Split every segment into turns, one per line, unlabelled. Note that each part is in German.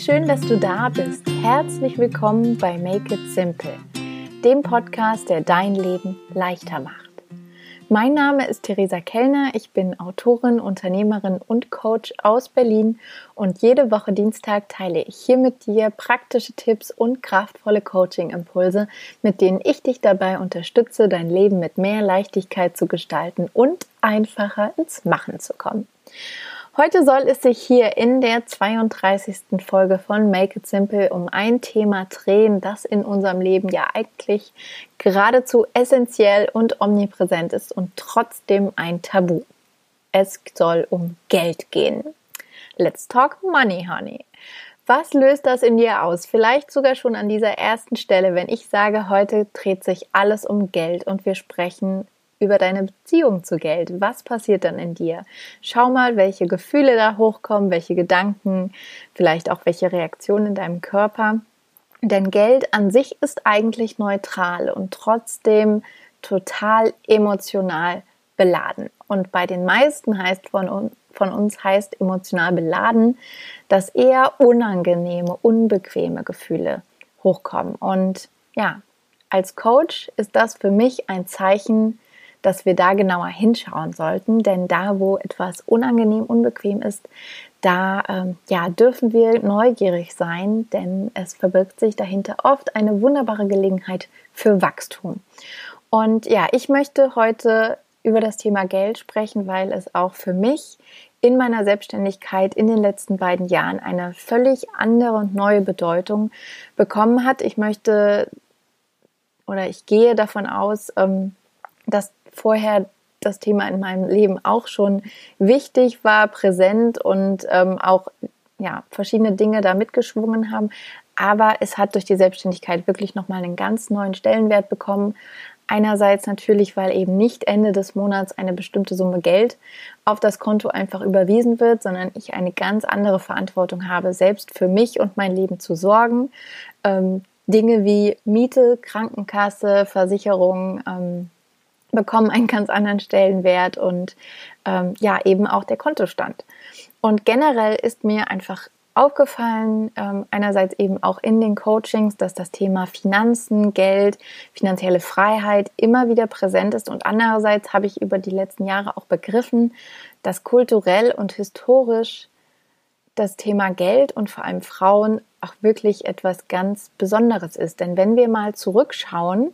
schön, dass du da bist. Herzlich willkommen bei Make It Simple, dem Podcast, der dein Leben leichter macht. Mein Name ist Theresa Kellner, ich bin Autorin, Unternehmerin und Coach aus Berlin und jede Woche Dienstag teile ich hier mit dir praktische Tipps und kraftvolle Coaching-Impulse, mit denen ich dich dabei unterstütze, dein Leben mit mehr Leichtigkeit zu gestalten und einfacher ins Machen zu kommen. Heute soll es sich hier in der 32. Folge von Make It Simple um ein Thema drehen, das in unserem Leben ja eigentlich geradezu essentiell und omnipräsent ist und trotzdem ein Tabu. Es soll um Geld gehen. Let's talk money, honey. Was löst das in dir aus? Vielleicht sogar schon an dieser ersten Stelle, wenn ich sage, heute dreht sich alles um Geld und wir sprechen über deine Beziehung zu Geld. Was passiert dann in dir? Schau mal, welche Gefühle da hochkommen, welche Gedanken, vielleicht auch welche Reaktionen in deinem Körper. Denn Geld an sich ist eigentlich neutral und trotzdem total emotional beladen. Und bei den meisten heißt von uns heißt emotional beladen, dass eher unangenehme, unbequeme Gefühle hochkommen. Und ja, als Coach ist das für mich ein Zeichen, dass wir da genauer hinschauen sollten, denn da, wo etwas unangenehm, unbequem ist, da dürfen wir neugierig sein, denn es verbirgt sich dahinter oft eine wunderbare Gelegenheit für Wachstum. Und ja, ich möchte heute über das Thema Geld sprechen, weil es auch für mich in meiner Selbstständigkeit in den letzten beiden Jahren eine völlig andere und neue Bedeutung bekommen hat. Ich gehe davon aus, dass vorher das Thema in meinem Leben auch schon wichtig war, präsent und auch verschiedene Dinge da mitgeschwungen haben. Aber es hat durch die Selbstständigkeit wirklich nochmal einen ganz neuen Stellenwert bekommen. Einerseits natürlich, weil eben nicht Ende des Monats eine bestimmte Summe Geld auf das Konto einfach überwiesen wird, sondern ich eine ganz andere Verantwortung habe, selbst für mich und mein Leben zu sorgen. Dinge wie Miete, Krankenkasse, Versicherung, bekommen einen ganz anderen Stellenwert und eben auch der Kontostand. Und generell ist mir einfach aufgefallen, einerseits eben auch in den Coachings, dass das Thema Finanzen, Geld, finanzielle Freiheit immer wieder präsent ist und andererseits habe ich über die letzten Jahre auch begriffen, dass kulturell und historisch das Thema Geld und vor allem Frauen auch wirklich etwas ganz Besonderes ist. Denn wenn wir mal zurückschauen,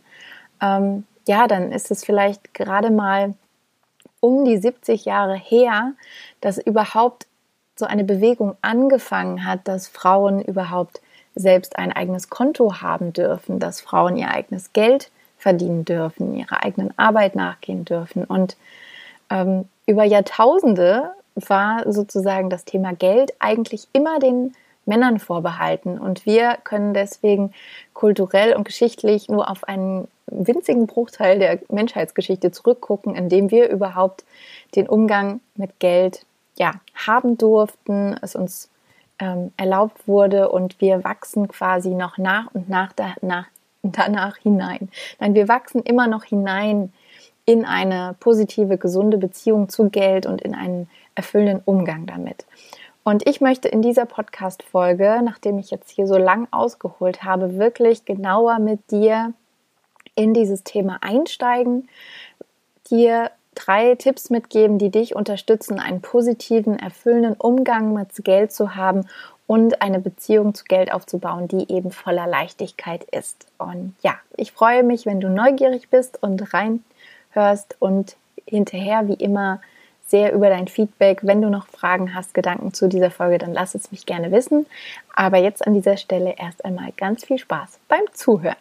dann ist es vielleicht gerade mal um die 70 Jahre her, dass überhaupt so eine Bewegung angefangen hat, dass Frauen überhaupt selbst ein eigenes Konto haben dürfen, dass Frauen ihr eigenes Geld verdienen dürfen, ihrer eigenen Arbeit nachgehen dürfen. Und über Jahrtausende war sozusagen das Thema Geld eigentlich immer den Männern vorbehalten. Und wir können deswegen kulturell und geschichtlich nur auf einen winzigen Bruchteil der Menschheitsgeschichte zurückgucken, in dem wir überhaupt den Umgang mit Geld haben durften, es uns erlaubt wurde und wir wachsen quasi noch nach und danach hinein. Nein, wir wachsen immer noch hinein in eine positive, gesunde Beziehung zu Geld und in einen erfüllenden Umgang damit. Und ich möchte in dieser Podcast-Folge, nachdem ich jetzt hier so lang ausgeholt habe, wirklich genauer mit dir in dieses Thema einsteigen, dir 3 Tipps mitgeben, die dich unterstützen, einen positiven, erfüllenden Umgang mit Geld zu haben und eine Beziehung zu Geld aufzubauen, die eben voller Leichtigkeit ist. Und ja, ich freue mich, wenn du neugierig bist und reinhörst und hinterher wie immer sehr über dein Feedback. Wenn du noch Fragen hast, Gedanken zu dieser Folge, dann lass es mich gerne wissen. Aber jetzt an dieser Stelle erst einmal ganz viel Spaß beim Zuhören.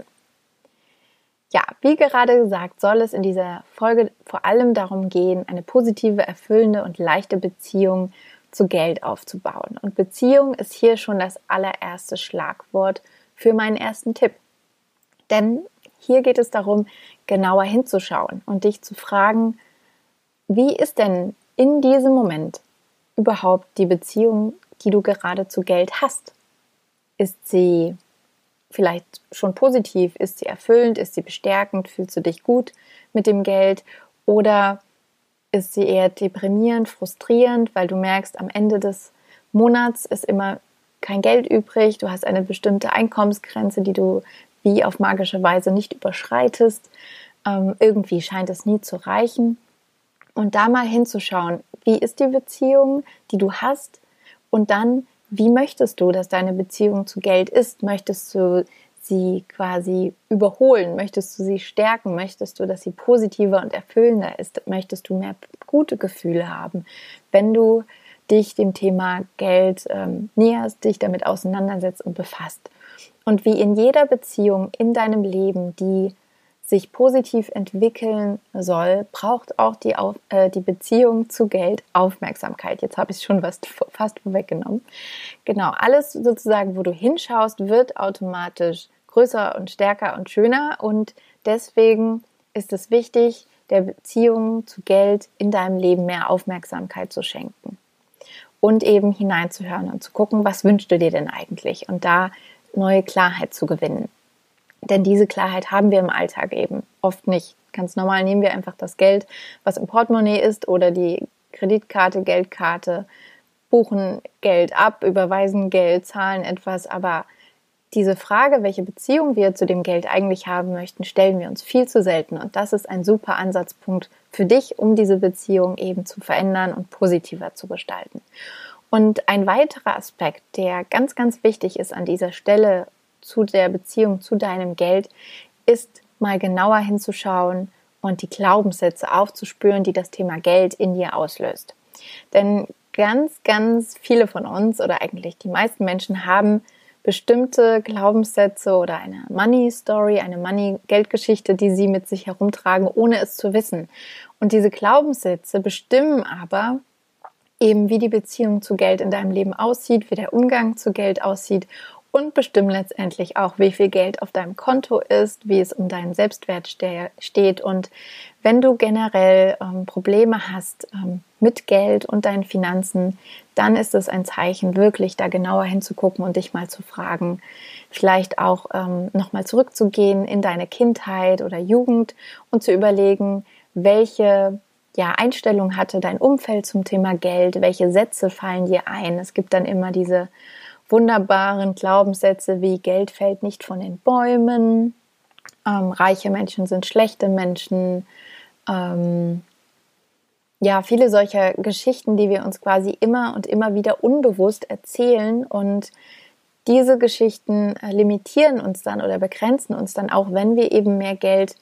Ja, wie gerade gesagt, soll es in dieser Folge vor allem darum gehen, eine positive, erfüllende und leichte Beziehung zu Geld aufzubauen. Und Beziehung ist hier schon das allererste Schlagwort für meinen ersten Tipp. Denn hier geht es darum, genauer hinzuschauen und dich zu fragen, wie ist denn in diesem Moment überhaupt die Beziehung, die du gerade zu Geld hast? Ist sie vielleicht schon positiv? Ist sie erfüllend? Ist sie bestärkend? Fühlst du dich gut mit dem Geld? Oder ist sie eher deprimierend, frustrierend, weil du merkst, am Ende des Monats ist immer kein Geld übrig, du hast eine bestimmte Einkommensgrenze, die du wie auf magische Weise nicht überschreitest. Irgendwie scheint es nie zu reichen. Und da mal hinzuschauen, wie ist die Beziehung, die du hast, und dann, wie möchtest du, dass deine Beziehung zu Geld ist? Möchtest du sie quasi überholen? Möchtest du sie stärken? Möchtest du, dass sie positiver und erfüllender ist? Möchtest du mehr gute Gefühle haben, wenn du dich dem Thema Geld näherst, dich damit auseinandersetzt und befasst? Und wie in jeder Beziehung in deinem Leben, die sich positiv entwickeln soll, braucht auch die Beziehung zu Geld Aufmerksamkeit. Jetzt habe ich es schon fast vorweggenommen. Genau, alles sozusagen, wo du hinschaust, wird automatisch größer und stärker und schöner, und deswegen ist es wichtig, der Beziehung zu Geld in deinem Leben mehr Aufmerksamkeit zu schenken und eben hineinzuhören und zu gucken, was wünschst du dir denn eigentlich, und da neue Klarheit zu gewinnen. Denn diese Klarheit haben wir im Alltag eben oft nicht. Ganz normal nehmen wir einfach das Geld, was im Portemonnaie ist, oder die Kreditkarte, Geldkarte, buchen Geld ab, überweisen Geld, zahlen etwas. Aber diese Frage, welche Beziehung wir zu dem Geld eigentlich haben möchten, stellen wir uns viel zu selten. Und das ist ein super Ansatzpunkt für dich, um diese Beziehung eben zu verändern und positiver zu gestalten. Und ein weiterer Aspekt, der ganz, ganz wichtig ist an dieser Stelle zu der Beziehung zu deinem Geld, ist mal genauer hinzuschauen und die Glaubenssätze aufzuspüren, die das Thema Geld in dir auslöst. Denn ganz, ganz viele von uns, oder eigentlich die meisten Menschen, haben bestimmte Glaubenssätze oder eine Money-Story, eine Money-Geldgeschichte, die sie mit sich herumtragen, ohne es zu wissen. Und diese Glaubenssätze bestimmen aber eben, wie die Beziehung zu Geld in deinem Leben aussieht, wie der Umgang zu Geld aussieht, und bestimmen letztendlich auch, wie viel Geld auf deinem Konto ist, wie es um deinen Selbstwert steht. Und wenn du generell Probleme hast mit Geld und deinen Finanzen, dann ist es ein Zeichen, wirklich da genauer hinzugucken und dich mal zu fragen, vielleicht auch nochmal zurückzugehen in deine Kindheit oder Jugend und zu überlegen, welche Einstellung hatte dein Umfeld zum Thema Geld, welche Sätze fallen dir ein. Es gibt dann immer diese wunderbaren Glaubenssätze wie: Geld fällt nicht von den Bäumen, reiche Menschen sind schlechte Menschen, viele solcher Geschichten, die wir uns quasi immer und immer wieder unbewusst erzählen, und diese Geschichten limitieren uns dann oder begrenzen uns dann auch, wenn wir eben mehr Geld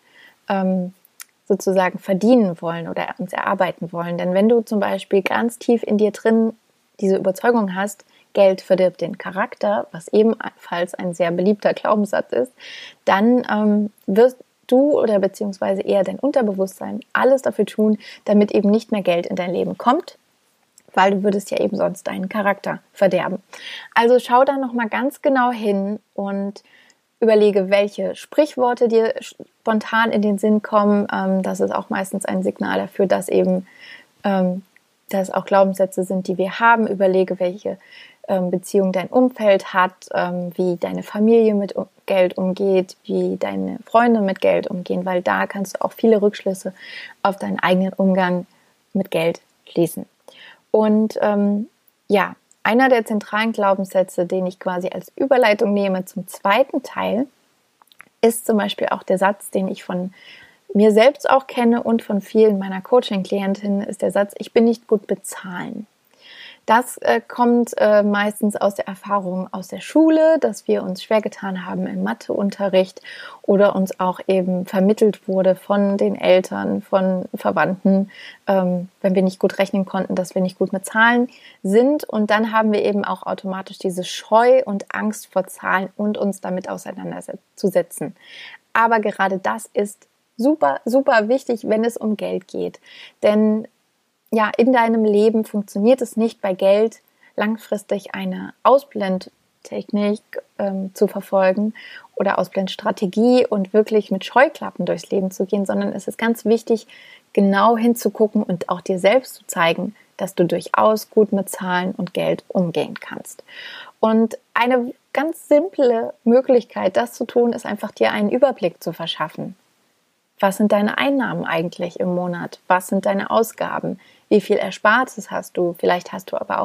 sozusagen verdienen wollen oder uns erarbeiten wollen. Denn wenn du zum Beispiel ganz tief in dir drin diese Überzeugung hast, Geld verdirbt den Charakter, was ebenfalls ein sehr beliebter Glaubenssatz ist, dann wirst du oder beziehungsweise eher dein Unterbewusstsein alles dafür tun, damit eben nicht mehr Geld in dein Leben kommt, weil du würdest ja eben sonst deinen Charakter verderben. Also schau da nochmal ganz genau hin und überlege, welche Sprichworte dir spontan in den Sinn kommen. Das ist auch meistens ein Signal dafür, dass eben dass auch Glaubenssätze sind, die wir haben. Überlege, welche Beziehung dein Umfeld hat, wie deine Familie mit Geld umgeht, wie deine Freunde mit Geld umgehen, weil da kannst du auch viele Rückschlüsse auf deinen eigenen Umgang mit Geld schließen. Und einer der zentralen Glaubenssätze, den ich quasi als Überleitung nehme zum zweiten Teil, ist zum Beispiel auch der Satz, den ich von mir selbst auch kenne und von vielen meiner Coaching-Klientinnen, ist der Satz: Ich bin nicht gut bezahlen. Das kommt meistens aus der Erfahrung aus der Schule, dass wir uns schwer getan haben im Matheunterricht oder uns auch eben vermittelt wurde von den Eltern, von Verwandten, wenn wir nicht gut rechnen konnten, dass wir nicht gut mit Zahlen sind. Und dann haben wir eben auch automatisch diese Scheu und Angst vor Zahlen und uns damit auseinanderzusetzen. Aber gerade das ist super, super wichtig, wenn es um Geld geht. Denn in deinem Leben funktioniert es nicht, bei Geld langfristig eine Ausblendtechnik zu verfolgen oder Ausblendstrategie und wirklich mit Scheuklappen durchs Leben zu gehen, sondern es ist ganz wichtig, genau hinzugucken und auch dir selbst zu zeigen, dass du durchaus gut mit Zahlen und Geld umgehen kannst. Und eine ganz simple Möglichkeit, das zu tun, ist einfach, dir einen Überblick zu verschaffen. Was sind deine Einnahmen eigentlich im Monat? Was sind deine Ausgaben? Wie viel Erspartes hast du? Vielleicht hast du aber auch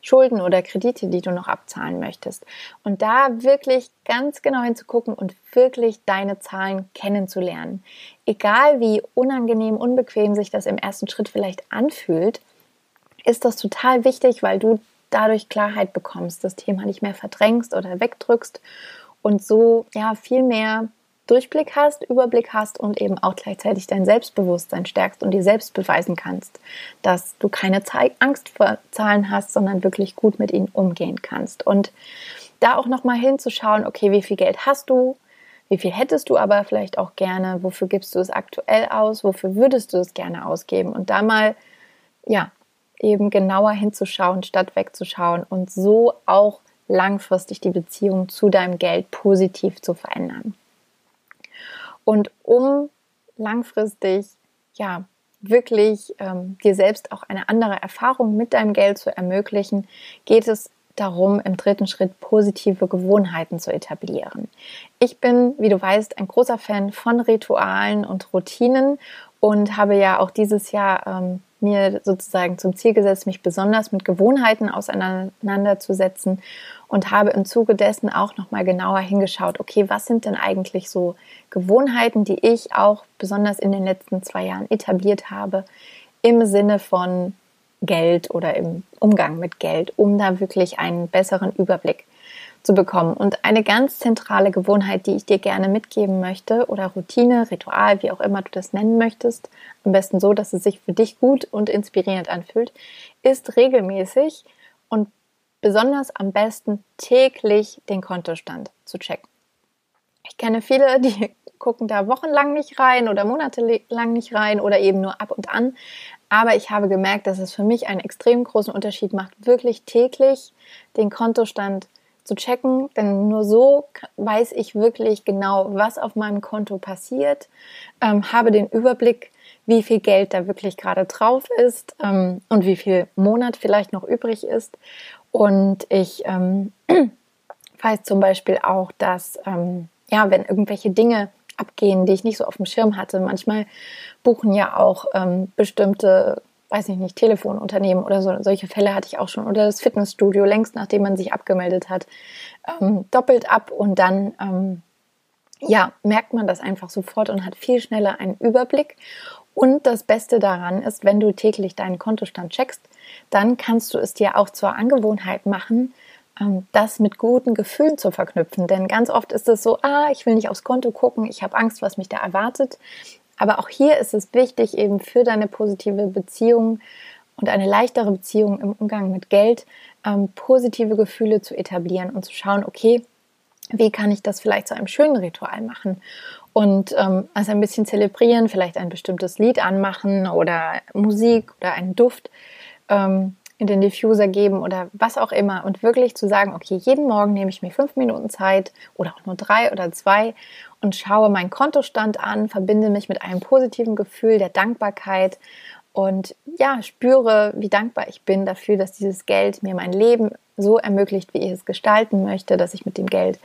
Schulden oder Kredite, die du noch abzahlen möchtest. Und da wirklich ganz genau hinzugucken und wirklich deine Zahlen kennenzulernen. Egal wie unangenehm, unbequem sich das im ersten Schritt vielleicht anfühlt, ist das total wichtig, weil du dadurch Klarheit bekommst, das Thema nicht mehr verdrängst oder wegdrückst und so viel mehr Durchblick hast, Überblick hast und eben auch gleichzeitig dein Selbstbewusstsein stärkst und dir selbst beweisen kannst, dass du keine Angst vor Zahlen hast, sondern wirklich gut mit ihnen umgehen kannst. Und da auch nochmal hinzuschauen, okay, wie viel Geld hast du, wie viel hättest du aber vielleicht auch gerne, wofür gibst du es aktuell aus, wofür würdest du es gerne ausgeben und da mal, eben genauer hinzuschauen, statt wegzuschauen und so auch langfristig die Beziehung zu deinem Geld positiv zu verändern. Und um langfristig, wirklich dir selbst auch eine andere Erfahrung mit deinem Geld zu ermöglichen, geht es darum, im dritten Schritt positive Gewohnheiten zu etablieren. Ich bin, wie du weißt, ein großer Fan von Ritualen und Routinen und habe ja auch dieses Jahr mir sozusagen zum Ziel gesetzt, mich besonders mit Gewohnheiten auseinanderzusetzen und habe im Zuge dessen auch nochmal genauer hingeschaut, okay, was sind denn eigentlich so Gewohnheiten, die ich auch besonders in den letzten 2 Jahren etabliert habe, im Sinne von Geld oder im Umgang mit Geld, um da wirklich einen besseren Überblick zu bekommen. Und eine ganz zentrale Gewohnheit, die ich dir gerne mitgeben möchte oder Routine, Ritual, wie auch immer du das nennen möchtest, am besten so, dass es sich für dich gut und inspirierend anfühlt, ist regelmäßig und besonders am besten täglich den Kontostand zu checken. Ich kenne viele, die gucken da wochenlang nicht rein oder monatelang nicht rein oder eben nur ab und an. Aber ich habe gemerkt, dass es für mich einen extrem großen Unterschied macht, wirklich täglich den Kontostand zu checken, denn nur so weiß ich wirklich genau, was auf meinem Konto passiert, habe den Überblick, wie viel Geld da wirklich gerade drauf ist und wie viel Monat vielleicht noch übrig ist. Und ich weiß zum Beispiel auch, dass wenn irgendwelche Dinge abgehen, die ich nicht so auf dem Schirm hatte, manchmal buchen ja auch bestimmte, weiß ich nicht, Telefonunternehmen oder so. Solche Fälle hatte ich auch schon. Oder das Fitnessstudio, längst nachdem man sich abgemeldet hat, doppelt ab und dann merkt man das einfach sofort und hat viel schneller einen Überblick. Und das Beste daran ist, wenn du täglich deinen Kontostand checkst, dann kannst du es dir auch zur Angewohnheit machen, das mit guten Gefühlen zu verknüpfen. Denn ganz oft ist es so, ich will nicht aufs Konto gucken, ich habe Angst, was mich da erwartet. Aber auch hier ist es wichtig, eben für deine positive Beziehung und eine leichtere Beziehung im Umgang mit Geld, positive Gefühle zu etablieren und zu schauen, okay, wie kann ich das vielleicht zu einem schönen Ritual machen? Und also ein bisschen zelebrieren, vielleicht ein bestimmtes Lied anmachen oder Musik oder einen Duft in den Diffuser geben oder was auch immer. Und wirklich zu sagen, okay, jeden Morgen nehme ich mir 5 Minuten Zeit oder auch nur 3 oder 2 und schaue meinen Kontostand an, verbinde mich mit einem positiven Gefühl der Dankbarkeit und spüre, wie dankbar ich bin dafür, dass dieses Geld mir mein Leben so ermöglicht, wie ich es gestalten möchte, dass ich mit dem Geld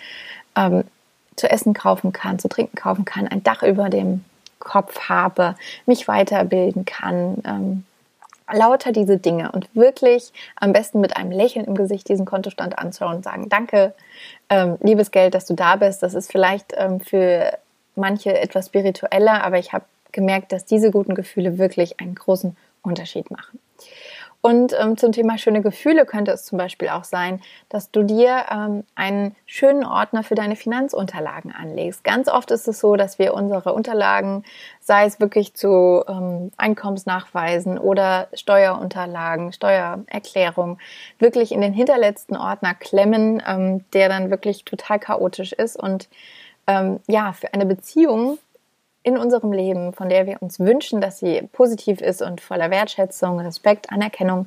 zu essen kaufen kann, zu trinken kaufen kann, ein Dach über dem Kopf habe, mich weiterbilden kann, lauter diese Dinge und wirklich am besten mit einem Lächeln im Gesicht diesen Kontostand anschauen und sagen, danke, liebes Geld, dass du da bist. Das ist vielleicht für manche etwas spiritueller, aber ich habe gemerkt, dass diese guten Gefühle wirklich einen großen Unterschied machen. Und zum Thema schöne Gefühle könnte es zum Beispiel auch sein, dass du dir einen schönen Ordner für deine Finanzunterlagen anlegst. Ganz oft ist es so, dass wir unsere Unterlagen, sei es wirklich zu Einkommensnachweisen oder Steuerunterlagen, Steuererklärung, wirklich in den hinterletzten Ordner klemmen, der dann wirklich total chaotisch ist. Und für eine Beziehung in unserem Leben, von der wir uns wünschen, dass sie positiv ist und voller Wertschätzung, Respekt, Anerkennung,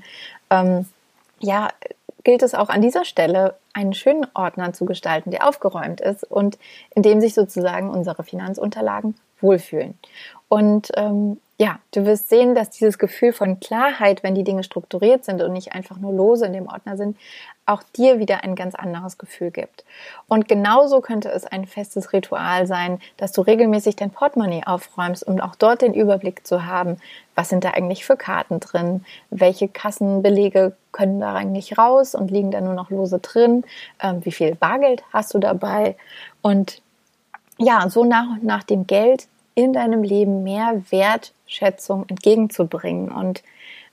gilt es auch an dieser Stelle, einen schönen Ordner zu gestalten, der aufgeräumt ist und in dem sich sozusagen unsere Finanzunterlagen wohlfühlen. Und ja, du wirst sehen, dass dieses Gefühl von Klarheit, wenn die Dinge strukturiert sind und nicht einfach nur lose in dem Ordner sind, auch dir wieder ein ganz anderes Gefühl gibt. Und genauso könnte es ein festes Ritual sein, dass du regelmäßig dein Portemonnaie aufräumst, um auch dort den Überblick zu haben, was sind da eigentlich für Karten drin, welche Kassenbelege können da eigentlich raus und liegen da nur noch lose drin, wie viel Bargeld hast du dabei und ja, so nach und nach dem Geld in deinem Leben mehr Wertschätzung entgegenzubringen und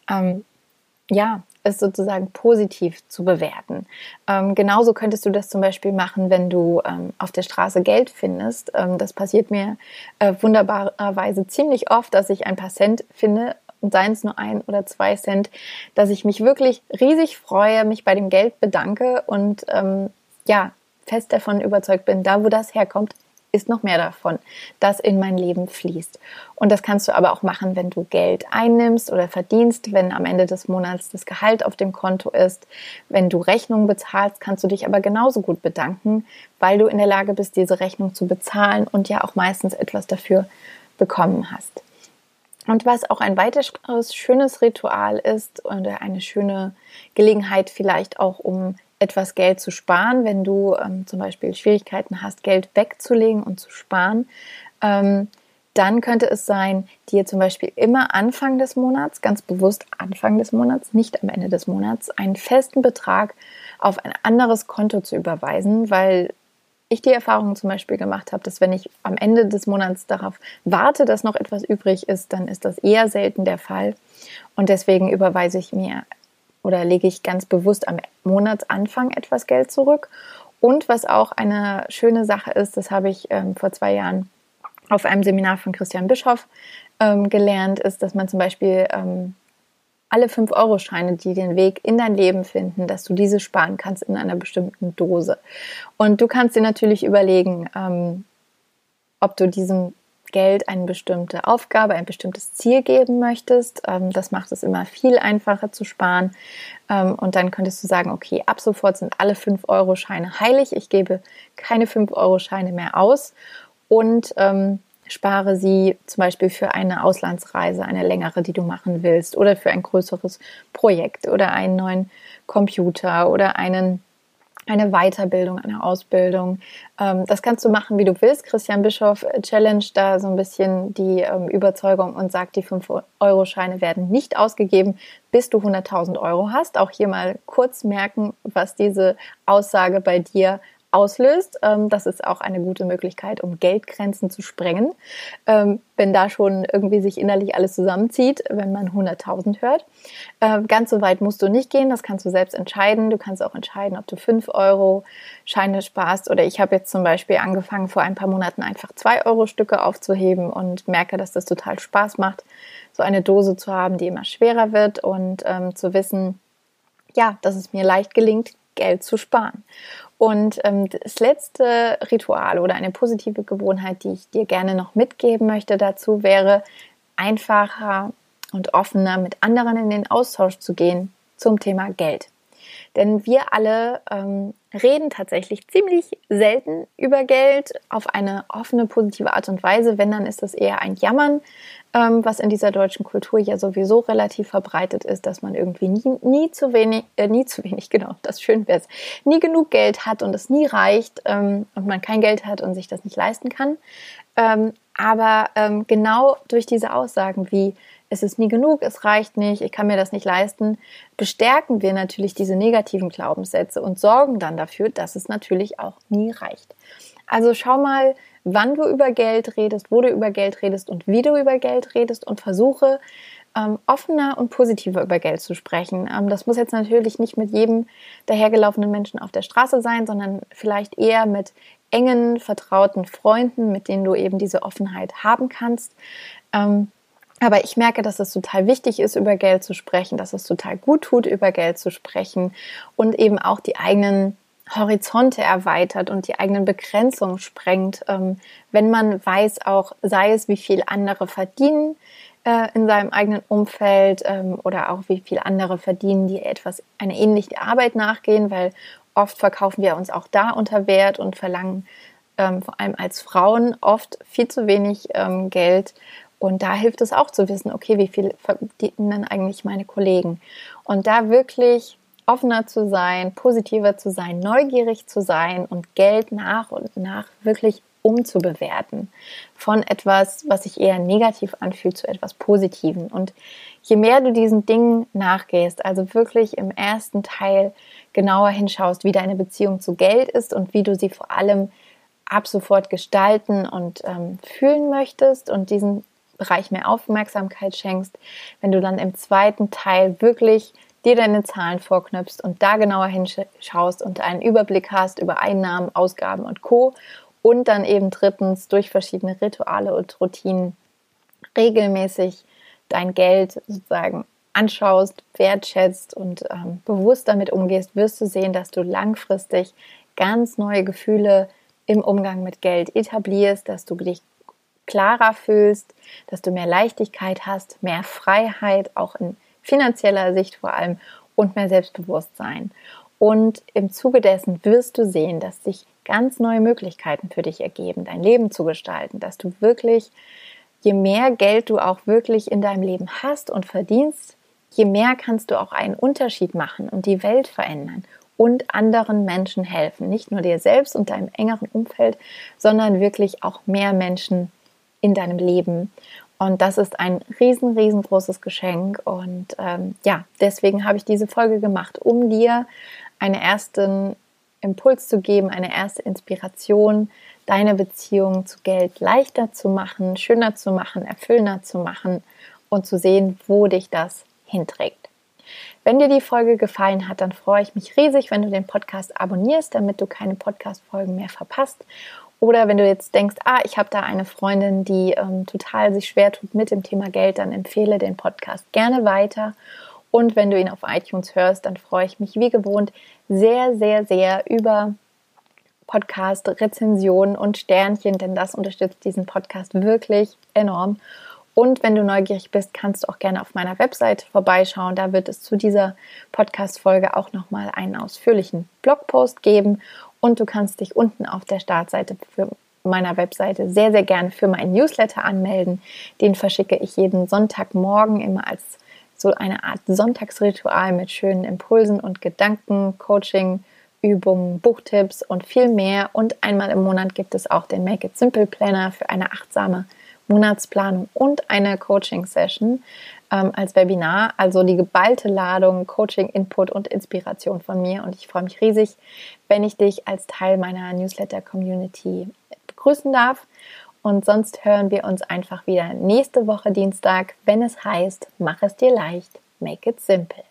ja, es sozusagen positiv zu bewerten. Genauso könntest du das zum Beispiel machen, wenn du auf der Straße Geld findest. Das passiert mir wunderbarerweise ziemlich oft, dass ich ein paar Cent finde, und seien es nur 1 oder 2 Cent, dass ich mich wirklich riesig freue, mich bei dem Geld bedanke und ja, fest davon überzeugt bin, da wo das herkommt, ist noch mehr davon, das in mein Leben fließt. Und das kannst du aber auch machen, wenn du Geld einnimmst oder verdienst, wenn am Ende des Monats das Gehalt auf dem Konto ist. Wenn du Rechnungen bezahlst, kannst du dich aber genauso gut bedanken, weil du in der Lage bist, diese Rechnung zu bezahlen und ja auch meistens etwas dafür bekommen hast. Und was auch ein weiteres schönes Ritual ist oder eine schöne Gelegenheit vielleicht auch, um etwas Geld zu sparen, wenn du zum Beispiel Schwierigkeiten hast, Geld wegzulegen und zu sparen, dann könnte es sein, dir zum Beispiel immer Anfang des Monats, ganz bewusst Anfang des Monats, nicht am Ende des Monats, einen festen Betrag auf ein anderes Konto zu überweisen, weil ich die Erfahrung zum Beispiel gemacht habe, dass wenn ich am Ende des Monats darauf warte, dass noch etwas übrig ist, dann ist das eher selten der Fall. Und deswegen überweise ich mir oder lege ich ganz bewusst am Monatsanfang etwas Geld zurück. Und was auch eine schöne Sache ist, das habe ich vor 2 Jahren auf einem Seminar von Christian Bischoff gelernt, ist, dass man zum Beispiel alle 5-Euro-Scheine, die den Weg in dein Leben finden, dass du diese sparen kannst in einer bestimmten Dose. Und du kannst dir natürlich überlegen, ob du diesem Geld eine bestimmte Aufgabe, ein bestimmtes Ziel geben möchtest. Das macht es immer viel einfacher zu sparen. Und dann könntest du sagen, okay, ab sofort sind alle 5-Euro-Scheine heilig. Ich gebe keine 5-Euro-Scheine mehr aus und spare sie zum Beispiel für eine Auslandsreise, eine längere, die du machen willst, oder für ein größeres Projekt oder einen neuen Computer oder eine Weiterbildung, eine Ausbildung. Das kannst du machen, wie du willst. Christian Bischoff challenge da so ein bisschen die Überzeugung und sagt, die 5-Euro-Scheine werden nicht ausgegeben, bis du 100.000 Euro hast. Auch hier mal kurz merken, was diese Aussage bei dir auslöst. Das ist auch eine gute Möglichkeit, um Geldgrenzen zu sprengen, wenn da schon irgendwie sich innerlich alles zusammenzieht, wenn man 100.000 hört. Ganz so weit musst du nicht gehen, das kannst du selbst entscheiden. Du kannst auch entscheiden, ob du 5-Euro-Scheine sparst, oder ich habe jetzt zum Beispiel angefangen, vor ein paar Monaten einfach 2-Euro-Stücke aufzuheben und merke, dass das total Spaß macht, so eine Dose zu haben, die immer schwerer wird und zu wissen, ja, dass es mir leicht gelingt, Geld zu sparen. Und das letzte Ritual oder eine positive Gewohnheit, die ich dir gerne noch mitgeben möchte dazu, wäre, einfacher und offener mit anderen in den Austausch zu gehen zum Thema Geld. Denn wir alle reden tatsächlich ziemlich selten über Geld auf eine offene, positive Art und Weise. Wenn, dann ist das eher ein Jammern, was in dieser deutschen Kultur ja sowieso relativ verbreitet ist, dass man irgendwie nie zu wenig, genau, das schön wäre es, nie genug Geld hat und es nie reicht und man kein Geld hat und sich das nicht leisten kann. Aber genau durch diese Aussagen wie, es ist nie genug, es reicht nicht, ich kann mir das nicht leisten, bestärken wir natürlich diese negativen Glaubenssätze und sorgen dann dafür, dass es natürlich auch nie reicht. Also schau mal, wann du über Geld redest, wo du über Geld redest und wie du über Geld redest und versuche, offener und positiver über Geld zu sprechen. Das muss jetzt natürlich nicht mit jedem dahergelaufenen Menschen auf der Straße sein, sondern vielleicht eher mit engen, vertrauten Freunden, mit denen du eben diese Offenheit haben kannst. Aber ich merke, dass es total wichtig ist, über Geld zu sprechen, dass es total gut tut, über Geld zu sprechen und eben auch die eigenen Horizonte erweitert und die eigenen Begrenzungen sprengt, wenn man weiß auch, sei es wie viel andere verdienen in seinem eigenen Umfeld oder auch wie viel andere verdienen, die eine ähnliche Arbeit nachgehen, weil oft verkaufen wir uns auch da unter Wert und verlangen vor allem als Frauen oft viel zu wenig Geld. Und da hilft es auch zu wissen, okay, wie viel verdienen dann eigentlich meine Kollegen? Und da wirklich offener zu sein, positiver zu sein, neugierig zu sein und Geld nach und nach wirklich umzubewerten. Von etwas, was sich eher negativ anfühlt, zu etwas Positivem. Und je mehr du diesen Dingen nachgehst, also wirklich im ersten Teil genauer hinschaust, wie deine Beziehung zu Geld ist und wie du sie vor allem ab sofort gestalten und fühlen möchtest und diesen Bereich mehr Aufmerksamkeit schenkst, wenn du dann im zweiten Teil wirklich dir deine Zahlen vorknöpfst und da genauer hinschaust und einen Überblick hast über Einnahmen, Ausgaben und Co. Und dann eben drittens durch verschiedene Rituale und Routinen regelmäßig dein Geld sozusagen anschaust, wertschätzt und bewusst damit umgehst, wirst du sehen, dass du langfristig ganz neue Gefühle im Umgang mit Geld etablierst, dass du dich klarer fühlst, dass du mehr Leichtigkeit hast, mehr Freiheit, auch in finanzieller Sicht vor allem und mehr Selbstbewusstsein. Und im Zuge dessen wirst du sehen, dass sich ganz neue Möglichkeiten für dich ergeben, dein Leben zu gestalten, dass du wirklich, je mehr Geld du auch wirklich in deinem Leben hast und verdienst, je mehr kannst du auch einen Unterschied machen und die Welt verändern und anderen Menschen helfen. Nicht nur dir selbst und deinem engeren Umfeld, sondern wirklich auch mehr Menschen in deinem Leben. Und das ist ein riesengroßes Geschenk. Und deswegen habe ich diese Folge gemacht, um dir einen ersten Impuls zu geben, eine erste Inspiration, deine Beziehung zu Geld leichter zu machen, schöner zu machen, erfüllender zu machen und zu sehen, wo dich das hinträgt. Wenn dir die Folge gefallen hat, dann freue ich mich riesig, wenn du den Podcast abonnierst, damit du keine Podcast-Folgen mehr verpasst. Oder wenn du jetzt denkst, ich habe da eine Freundin, die total sich schwer tut mit dem Thema Geld, dann empfehle den Podcast gerne weiter. Und wenn du ihn auf iTunes hörst, dann freue ich mich wie gewohnt sehr über Podcast-Rezensionen und Sternchen, denn das unterstützt diesen Podcast wirklich enorm. Und wenn du neugierig bist, kannst du auch gerne auf meiner Webseite vorbeischauen. Da wird es zu dieser Podcast-Folge auch nochmal einen ausführlichen Blogpost geben. Und du kannst dich unten auf der Startseite meiner Webseite sehr gerne für meinen Newsletter anmelden. Den verschicke ich jeden Sonntagmorgen immer als so eine Art Sonntagsritual mit schönen Impulsen und Gedanken, Coaching, Übungen, Buchtipps und viel mehr. Und einmal im Monat gibt es auch den Make It Simple Planner für eine achtsame Monatsplanung und eine Coaching-Session als Webinar, also die geballte Ladung Coaching, Input und Inspiration von mir. Und ich freue mich riesig, wenn ich dich als Teil meiner Newsletter-Community begrüßen darf. Und sonst hören wir uns einfach wieder nächste Woche Dienstag, wenn es heißt, mach es dir leicht, make it simple.